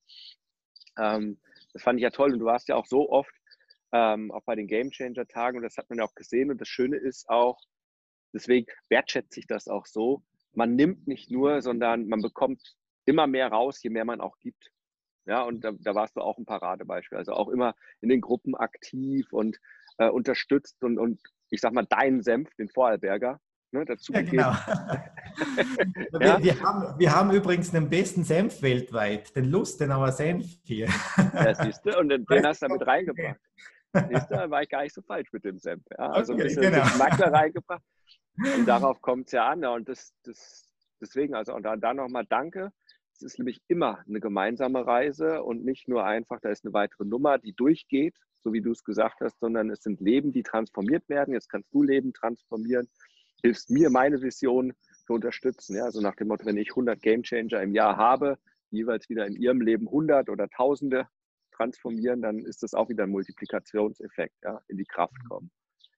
das fand ich ja toll, und du warst ja auch so oft auch bei den Game Changer Tagen, und das hat man ja auch gesehen, und das Schöne ist auch, deswegen wertschätze ich das auch so, man nimmt nicht nur, sondern man bekommt immer mehr raus, je mehr man auch gibt. Ja, und da warst du auch ein Paradebeispiel. Also auch immer in den Gruppen aktiv und unterstützt und ich sag mal, deinen Senf, den Vorarlberger, dazu Ja, gegeben. genau. Ja? Wir haben übrigens den besten Senf weltweit, den Lustenauer Senf hier. Ja, siehst du, und den Weißt hast du du, mit reingebracht. Siehst du, da war ich gar nicht so falsch mit dem Senf. Ja, also ein okay, bisschen genau. Geschmack da reingebracht. Und darauf kommt es ja an. Ja, und deswegen, also und da nochmal danke. Es ist nämlich immer eine gemeinsame Reise und nicht nur einfach, da ist eine weitere Nummer, die durchgeht, so wie du es gesagt hast, sondern es sind Leben, die transformiert werden. Jetzt kannst du Leben transformieren, hilfst mir, meine Vision zu unterstützen. Ja, also nach dem Motto, wenn ich 100 Gamechanger im Jahr habe, jeweils wieder in ihrem Leben 100 oder Tausende transformieren, dann ist das auch wieder ein Multiplikationseffekt, ja, in die Kraft kommen.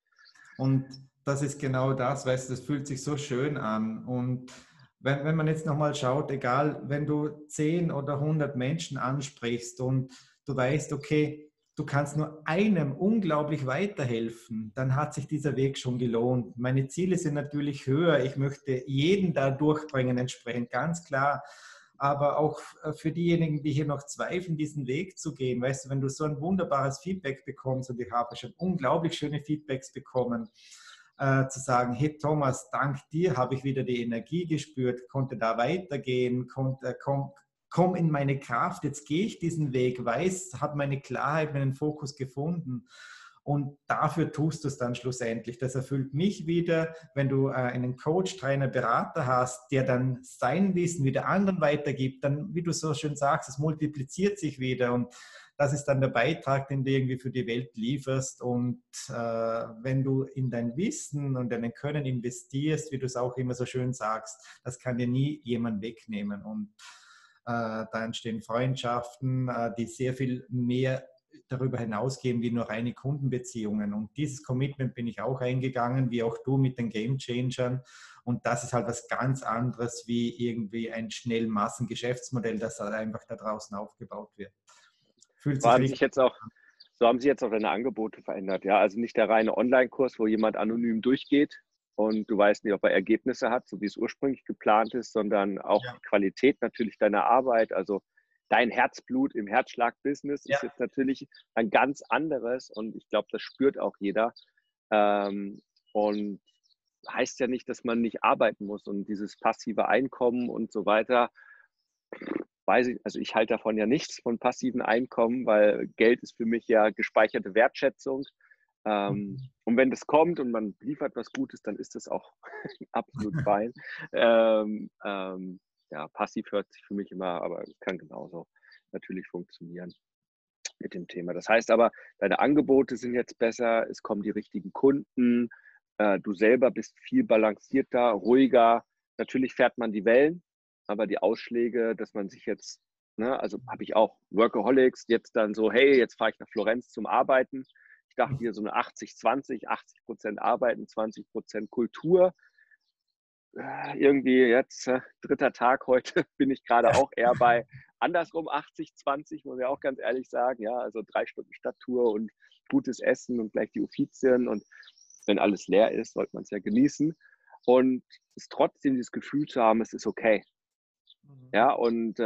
Und das ist genau das, weißt du, das fühlt sich so schön an. Und wenn man jetzt nochmal schaut, egal, wenn du 10 oder 100 Menschen ansprichst und du weißt, okay, du kannst nur einem unglaublich weiterhelfen, dann hat sich dieser Weg schon gelohnt. Meine Ziele sind natürlich höher. Ich möchte jeden da durchbringen, entsprechend, ganz klar. Aber auch für diejenigen, die hier noch zweifeln, diesen Weg zu gehen, weißt du, wenn du so ein wunderbares Feedback bekommst, und ich habe schon unglaublich schöne Feedbacks bekommen, zu sagen, hey Thomas, dank dir habe ich wieder die Energie gespürt, konnte da weitergehen, komm in meine Kraft, jetzt gehe ich diesen Weg, habe meine Klarheit, meinen Fokus gefunden. Und dafür tust du es dann schlussendlich. Das erfüllt mich wieder, wenn du einen Coach, Trainer, Berater hast, der dann sein Wissen wieder anderen weitergibt, dann, wie du so schön sagst, es multipliziert sich wieder. Und das ist dann der Beitrag, den du irgendwie für die Welt lieferst. Und wenn du in dein Wissen und dein Können investierst, wie du es auch immer so schön sagst, das kann dir nie jemand wegnehmen. Und da entstehen Freundschaften, die sehr viel mehr darüber hinausgehen wie nur reine Kundenbeziehungen. Und dieses Commitment bin ich auch eingegangen, wie auch du mit den Game Changern. Und das ist halt was ganz anderes wie irgendwie ein schnell Massengeschäftsmodell, das halt einfach da draußen aufgebaut wird. Fühlt sich richtig an. So haben sich jetzt auch deine Angebote verändert. Ja, also nicht der reine Online-Kurs, wo jemand anonym durchgeht und du weißt nicht, ob er Ergebnisse hat, so wie es ursprünglich geplant ist, sondern auch die Qualität natürlich deiner Arbeit. Also dein Herzblut im Herzschlag-Business ist jetzt natürlich ein ganz anderes und ich glaube, das spürt auch jeder. Und heißt ja nicht, dass man nicht arbeiten muss und dieses passive Einkommen und so weiter. Weiß ich, also ich halte davon ja nichts von passiven Einkommen, weil Geld ist für mich ja gespeicherte Wertschätzung. Und wenn das kommt und man liefert was Gutes, dann ist das auch absolut fein. Ja, passiv hört sich für mich immer, aber es kann genauso natürlich funktionieren mit dem Thema. Das heißt aber, deine Angebote sind jetzt besser, es kommen die richtigen Kunden, du selber bist viel balancierter, ruhiger. Natürlich fährt man die Wellen, aber die Ausschläge, dass man sich jetzt, ne, also habe ich auch Workaholics, jetzt dann so, hey, jetzt fahre ich nach Florenz zum Arbeiten. Ich dachte hier so eine 80-20, 80% Arbeiten, 20% Kultur. Irgendwie jetzt, dritter Tag heute, bin ich gerade auch eher bei andersrum 80-20, muss ich auch ganz ehrlich sagen. Ja, also 3 Stunden Stadttour und gutes Essen und gleich die Uffizien. Und wenn alles leer ist, sollte man es ja genießen. Und es trotzdem dieses Gefühl zu haben, es ist okay. Ja, und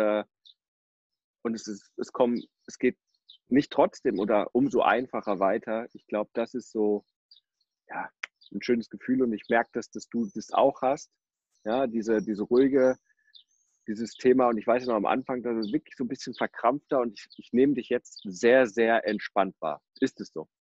es geht nicht trotzdem oder umso einfacher weiter. Ich glaube, das ist so, ja, ein schönes Gefühl und ich merke, dass du das auch hast. Ja, diese ruhige, dieses Thema und ich weiß noch am Anfang, dass es wirklich so ein bisschen verkrampfter und ich nehme dich jetzt sehr, sehr entspannt wahr. Ist es so?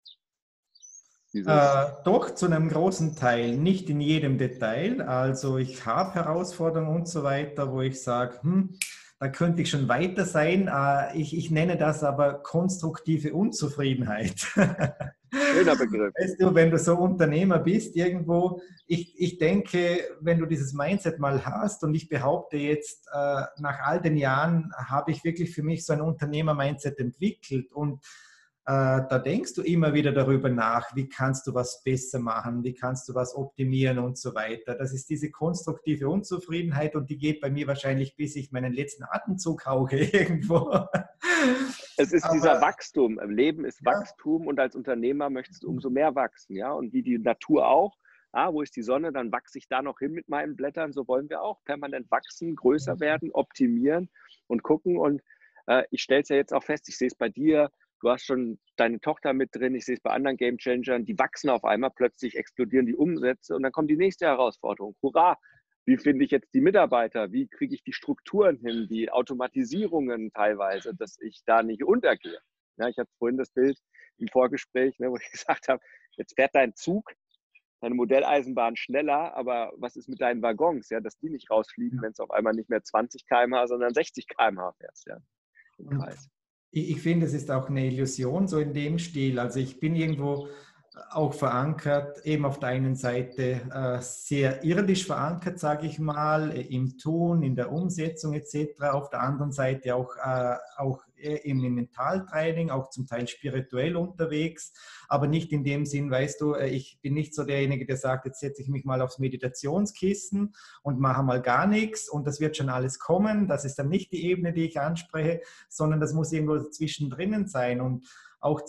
Doch, zu einem großen Teil, nicht in jedem Detail. Also ich habe Herausforderungen und so weiter, wo ich sage, da könnte ich schon weiter sein. Ich nenne das aber konstruktive Unzufriedenheit. Schöner Begriff. Weißt du, wenn du so Unternehmer bist irgendwo, ich denke, wenn du dieses Mindset mal hast und ich behaupte jetzt, nach all den Jahren habe ich wirklich für mich so ein Unternehmer-Mindset entwickelt und da denkst du immer wieder darüber nach, wie kannst du was besser machen, wie kannst du was optimieren und so weiter. Das ist diese konstruktive Unzufriedenheit und die geht bei mir wahrscheinlich, bis ich meinen letzten Atemzug hauche irgendwo. Es ist dieser Wachstum. Leben ist Wachstum und als Unternehmer möchtest du umso mehr wachsen. Ja? Und wie die Natur auch. Wo ist die Sonne? Dann wachse ich da noch hin mit meinen Blättern. So wollen wir auch permanent wachsen, größer werden, optimieren und gucken. Und ich stelle es ja jetzt auch fest, ich sehe es bei dir, du hast schon deine Tochter mit drin, ich sehe es bei anderen Gamechangern, die wachsen auf einmal, plötzlich explodieren die Umsätze und dann kommt die nächste Herausforderung. Hurra! Wie finde ich jetzt die Mitarbeiter? Wie kriege ich die Strukturen hin, die Automatisierungen teilweise, dass ich da nicht untergehe? Ja, ich hatte vorhin das Bild im Vorgespräch, ne, wo ich gesagt habe, jetzt fährt dein Zug, deine Modelleisenbahn schneller, aber was ist mit deinen Waggons, ja, dass die nicht rausfliegen, wenn es auf einmal nicht mehr 20 km/h, sondern 60 km/h fährst, ja, im Kreis. Ich finde, es ist auch eine Illusion so in dem Stil. Also ich bin irgendwo auch verankert, eben auf der einen Seite sehr irdisch verankert, sage ich mal, im Tun, in der Umsetzung etc. Auf der anderen Seite auch im Mentaltraining, auch zum Teil spirituell unterwegs, aber nicht in dem Sinn, weißt du, ich bin nicht so derjenige, der sagt, jetzt setze ich mich mal aufs Meditationskissen und mache mal gar nichts und das wird schon alles kommen. Das ist dann nicht die Ebene, die ich anspreche, sondern das muss irgendwo zwischendrin sein und auch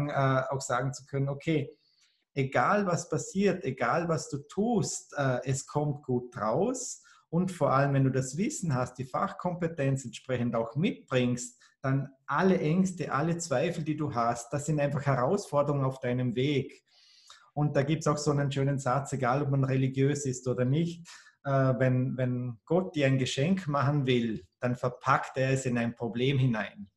sagen zu können, okay, egal was passiert, egal was du tust, es kommt gut raus. Und vor allem, wenn du das Wissen hast, die Fachkompetenz entsprechend auch mitbringst, dann alle Ängste, alle Zweifel, die du hast, das sind einfach Herausforderungen auf deinem Weg. Und da gibt es auch so einen schönen Satz, egal ob man religiös ist oder nicht, wenn Gott dir ein Geschenk machen will, dann verpackt er es in ein Problem hinein.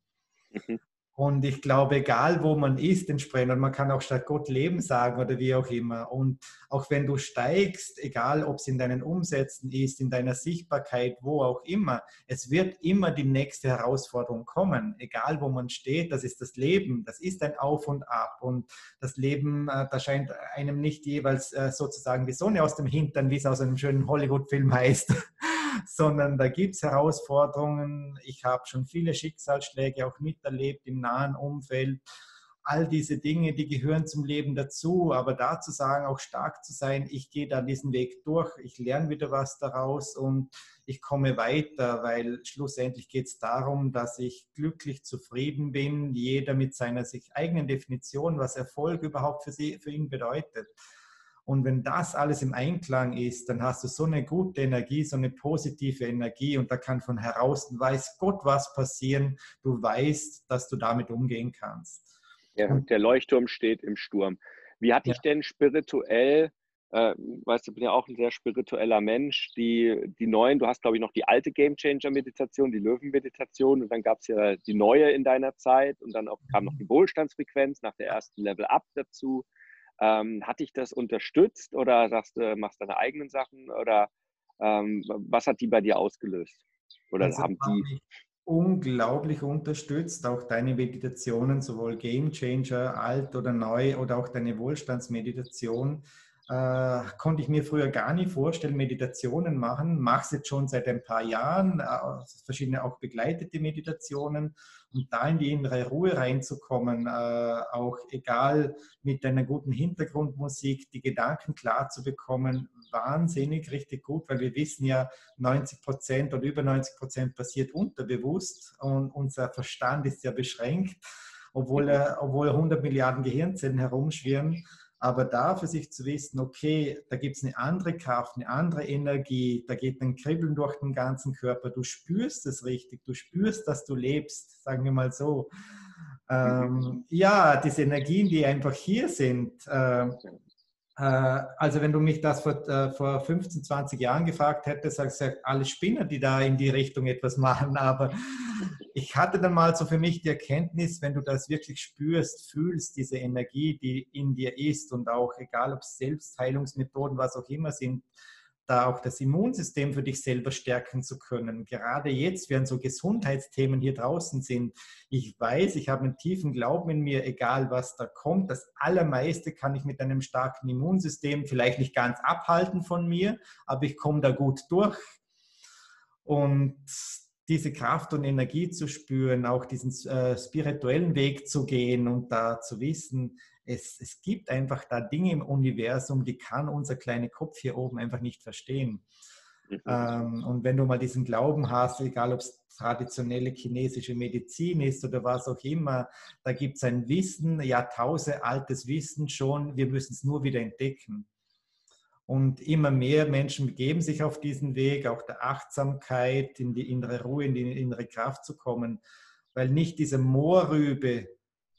Und ich glaube, egal wo man ist, entsprechend, und man kann auch statt Gott Leben sagen oder wie auch immer. Und auch wenn du steigst, egal ob es in deinen Umsätzen ist, in deiner Sichtbarkeit, wo auch immer, es wird immer die nächste Herausforderung kommen. Egal wo man steht, das ist das Leben, das ist ein Auf und Ab. Und das Leben, da scheint einem nicht jeweils sozusagen die Sonne aus dem Hintern, wie es aus einem schönen Hollywood-Film heißt. Sondern da gibt es Herausforderungen. Ich habe schon viele Schicksalsschläge auch miterlebt im nahen Umfeld. All diese Dinge, die gehören zum Leben dazu, aber da zu sagen, auch stark zu sein, ich gehe da diesen Weg durch, ich lerne wieder was daraus und ich komme weiter, weil schlussendlich geht es darum, dass ich glücklich zufrieden bin, jeder mit seiner sich eigenen Definition, was Erfolg überhaupt für ihn bedeutet. Und wenn das alles im Einklang ist, dann hast du so eine gute Energie, so eine positive Energie und da kann von heraus, weiß Gott, was passieren. Du weißt, dass du damit umgehen kannst. Ja, und der Leuchtturm steht im Sturm. Wie hat dich denn spirituell, weißt du, ich bin ja auch ein sehr spiritueller Mensch, die neuen, du hast glaube ich noch die alte Gamechanger-Meditation, die Löwen-Meditation und dann gab es ja die neue in deiner Zeit und dann kam noch die Wohlstandsfrequenz nach der ersten Level-Up dazu. Hat dich das unterstützt oder sagst du, machst deine eigenen Sachen oder was hat die bei dir ausgelöst? Oder also haben die? Mich unglaublich unterstützt, auch deine Meditationen, sowohl Game Changer, alt oder neu oder auch deine Wohlstandsmeditation. Konnte ich mir früher gar nicht vorstellen, Meditationen machen, mache es jetzt schon seit ein paar Jahren, verschiedene auch begleitete Meditationen und da in die innere Ruhe reinzukommen, auch egal mit einer guten Hintergrundmusik, die Gedanken klar zu bekommen, wahnsinnig, richtig gut, weil wir wissen ja, 90% oder über 90% passiert unterbewusst und unser Verstand ist ja beschränkt, obwohl 100 Milliarden Gehirnzellen herumschwirren. Aber da für sich zu wissen, okay, da gibt es eine andere Kraft, eine andere Energie, da geht ein Kribbeln durch den ganzen Körper, du spürst es richtig, du spürst, dass du lebst, sagen wir mal so. Ja, diese Energien, die einfach hier sind, also wenn du mich das vor 15, 20 Jahren gefragt hättest, sag ich gesagt, alle Spinner, die da in die Richtung etwas machen. Aber ich hatte dann mal so für mich die Erkenntnis, wenn du das wirklich spürst, fühlst, diese Energie, die in dir ist und auch egal, ob es Selbstheilungsmethoden, was auch immer sind, da auch das Immunsystem für dich selber stärken zu können. Gerade jetzt, während so Gesundheitsthemen hier draußen sind, ich weiß, ich habe einen tiefen Glauben in mir, egal was da kommt. Das Allermeiste kann ich mit einem starken Immunsystem vielleicht nicht ganz abhalten von mir, aber ich komme da gut durch. Und diese Kraft und Energie zu spüren, auch diesen spirituellen Weg zu gehen und da zu wissen, es gibt einfach da Dinge im Universum, die kann unser kleiner Kopf hier oben einfach nicht verstehen. Und wenn du mal diesen Glauben hast, egal ob es traditionelle chinesische Medizin ist oder was auch immer, da gibt es ein Wissen, Jahrtausende altes Wissen schon, wir müssen es nur wieder entdecken. Und immer mehr Menschen begeben sich auf diesen Weg, auch der Achtsamkeit, in die innere Ruhe, in die innere Kraft zu kommen, weil nicht diese Moorrübe,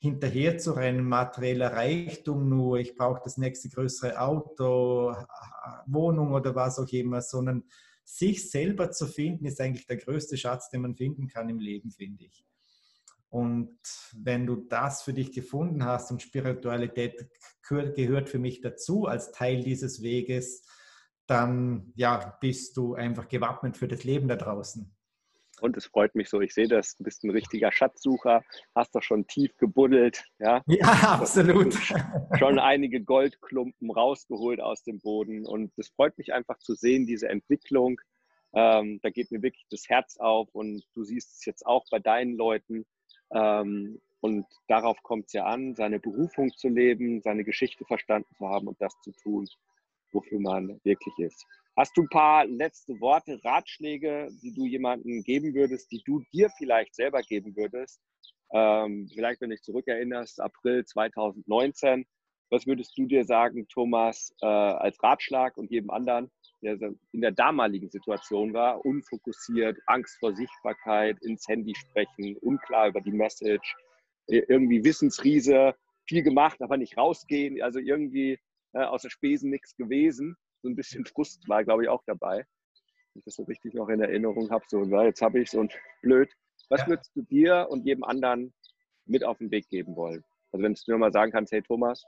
hinterher zu rennen, materieller Reichtum nur, ich brauche das nächste größere Auto, Wohnung oder was auch immer, sondern sich selber zu finden, ist eigentlich der größte Schatz, den man finden kann im Leben, finde ich. Und wenn du das für dich gefunden hast und Spiritualität gehört für mich dazu als Teil dieses Weges, dann ja, bist du einfach gewappnet für das Leben da draußen. Und es freut mich so, ich sehe das, du bist ein richtiger Schatzsucher, hast doch schon tief gebuddelt. Ja, absolut. Schon einige Goldklumpen rausgeholt aus dem Boden und es freut mich einfach zu sehen, diese Entwicklung. Da geht mir wirklich das Herz auf und du siehst es jetzt auch bei deinen Leuten. Und darauf kommt es ja an, seine Berufung zu leben, seine Geschichte verstanden zu haben und das zu tun, wofür man wirklich ist. Hast du ein paar letzte Worte, Ratschläge, die du jemandem geben würdest, die du dir vielleicht selber geben würdest? Vielleicht, wenn du dich zurückerinnerst, April 2019. Was würdest du dir sagen, Thomas, als Ratschlag und jedem anderen, der in der damaligen Situation war, unfokussiert, Angst vor Sichtbarkeit, ins Handy sprechen, unklar über die Message, irgendwie Wissensriese, viel gemacht, aber nicht rausgehen, also irgendwie außer Spesen nichts gewesen. So ein bisschen Frust war, glaube ich, auch dabei. Wenn ich das so richtig noch in Erinnerung habe, so, na, jetzt habe ich es und blöd. Was würdest du dir und jedem anderen mit auf den Weg geben wollen? Also wenn du mir mal sagen kannst, hey Thomas.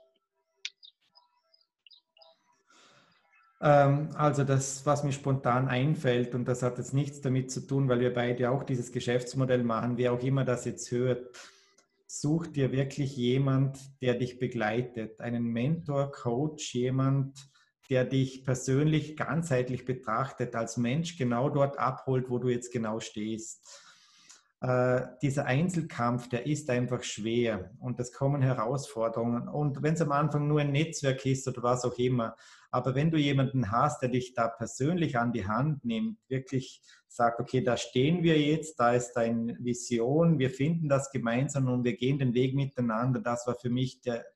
Also das, was mir spontan einfällt, und das hat jetzt nichts damit zu tun, weil wir beide auch dieses Geschäftsmodell machen, wer auch immer das jetzt hört, such dir wirklich jemand, der dich begleitet, einen Mentor, Coach, jemand, der dich persönlich ganzheitlich betrachtet, als Mensch genau dort abholt, wo du jetzt genau stehst. Dieser Einzelkampf, der ist einfach schwer und es kommen Herausforderungen. Und wenn es am Anfang nur ein Netzwerk ist oder was auch immer, aber wenn du jemanden hast, der dich da persönlich an die Hand nimmt, wirklich sagt, okay, da stehen wir jetzt, da ist deine Vision, wir finden das gemeinsam und wir gehen den Weg miteinander, das war für mich der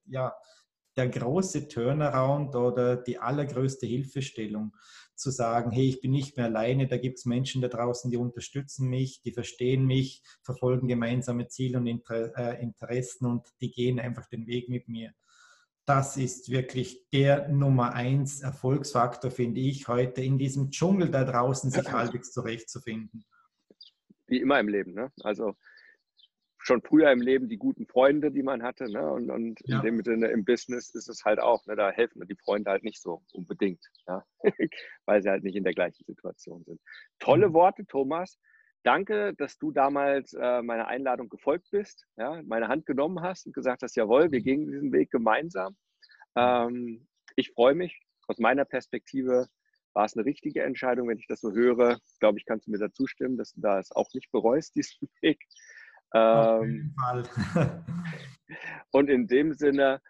große Turnaround oder die allergrößte Hilfestellung, zu sagen, hey, ich bin nicht mehr alleine, da gibt es Menschen da draußen, die unterstützen mich, die verstehen mich, verfolgen gemeinsame Ziele und Interessen und die gehen einfach den Weg mit mir. Das ist wirklich der Nummer 1 Erfolgsfaktor, finde ich, heute in diesem Dschungel da draußen sich halbwegs zurechtzufinden. Wie immer im Leben, ne? Also schon früher im Leben die guten Freunde, die man hatte, ne? Und in dem Sinne im Business ist es halt auch, ne? Da helfen die Freunde halt nicht so unbedingt, ja? Weil sie halt nicht in der gleichen Situation sind. Tolle Worte, Thomas. Danke, dass du damals meiner Einladung gefolgt bist, ja? Meine Hand genommen hast und gesagt hast, jawohl, wir gehen diesen Weg gemeinsam. Ich freue mich. Aus meiner Perspektive war es eine richtige Entscheidung, wenn ich das so höre. Glaube ich, kannst du mir da zustimmen, dass du da es auch nicht bereust, diesen Weg. Auf jeden Fall. Und in dem Sinne,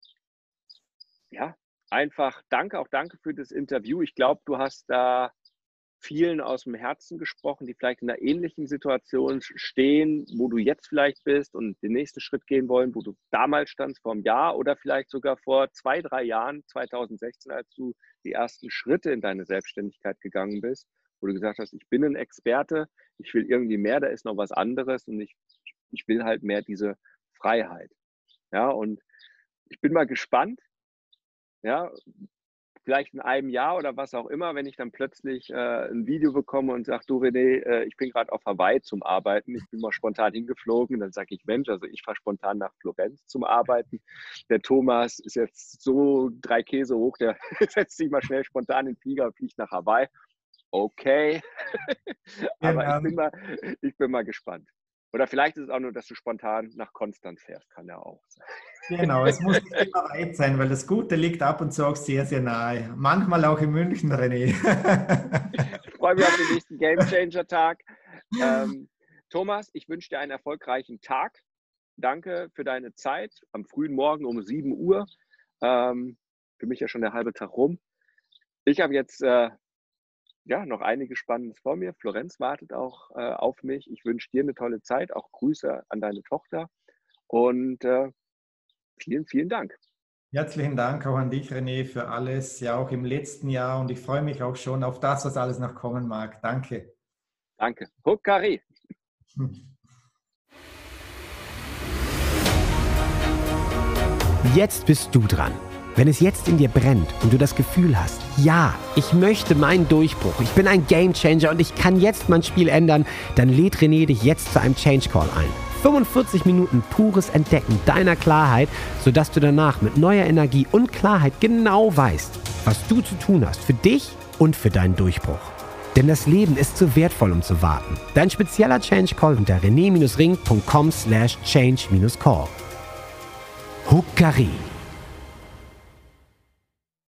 ja, einfach danke, auch danke für das Interview. Ich glaube, du hast da vielen aus dem Herzen gesprochen, die vielleicht in einer ähnlichen Situation stehen, wo du jetzt vielleicht bist und den nächsten Schritt gehen wollen, wo du damals standst, vor einem Jahr oder vielleicht sogar vor 2-3 Jahren, 2016, als du die ersten Schritte in deine Selbstständigkeit gegangen bist, wo du gesagt hast, ich bin ein Experte, ich will irgendwie mehr, da ist noch was anderes und ich will halt mehr diese Freiheit. Ja, und ich bin mal gespannt, ja, vielleicht in einem Jahr oder was auch immer, wenn ich dann plötzlich ein Video bekomme und sage, du René, ich bin gerade auf Hawaii zum Arbeiten, ich bin mal spontan hingeflogen, dann sage ich, Mensch, also ich fahre spontan nach Florenz zum Arbeiten. Der Thomas ist jetzt so 3 Käse hoch, der setzt sich mal schnell spontan in den Flieger und fliegt nach Hawaii. Okay, aber ich bin mal gespannt. Oder vielleicht ist es auch nur, dass du spontan nach Konstanz fährst, kann ja auch sein. Genau, es muss nicht immer weit sein, weil das Gute liegt ab und zu auch sehr, sehr nahe. Manchmal auch in München, René. Ich freue mich auf den nächsten Game Changer Tag. Thomas, ich wünsche dir einen erfolgreichen Tag. Danke für deine Zeit am frühen Morgen um 7 Uhr. Für mich ja schon der halbe Tag rum. Ich habe jetzt noch einiges Spannendes vor mir. Florenz wartet auch auf mich. Ich wünsche dir eine tolle Zeit. Auch Grüße an deine Tochter. Und vielen, vielen Dank. Herzlichen Dank auch an dich, René, für alles, ja auch im letzten Jahr. Und ich freue mich auch schon auf das, was alles noch kommen mag. Danke. Danke. Huckari. Jetzt bist du dran. Wenn es jetzt in dir brennt und du das Gefühl hast, ja, ich möchte meinen Durchbruch, ich bin ein Gamechanger und ich kann jetzt mein Spiel ändern, dann lädt René dich jetzt zu einem Change Call ein. 45 Minuten pures Entdecken deiner Klarheit, sodass du danach mit neuer Energie und Klarheit genau weißt, was du zu tun hast für dich und für deinen Durchbruch. Denn das Leben ist zu wertvoll, um zu warten. Dein spezieller Change Call unter rené-ring.com/change-call. Huckari.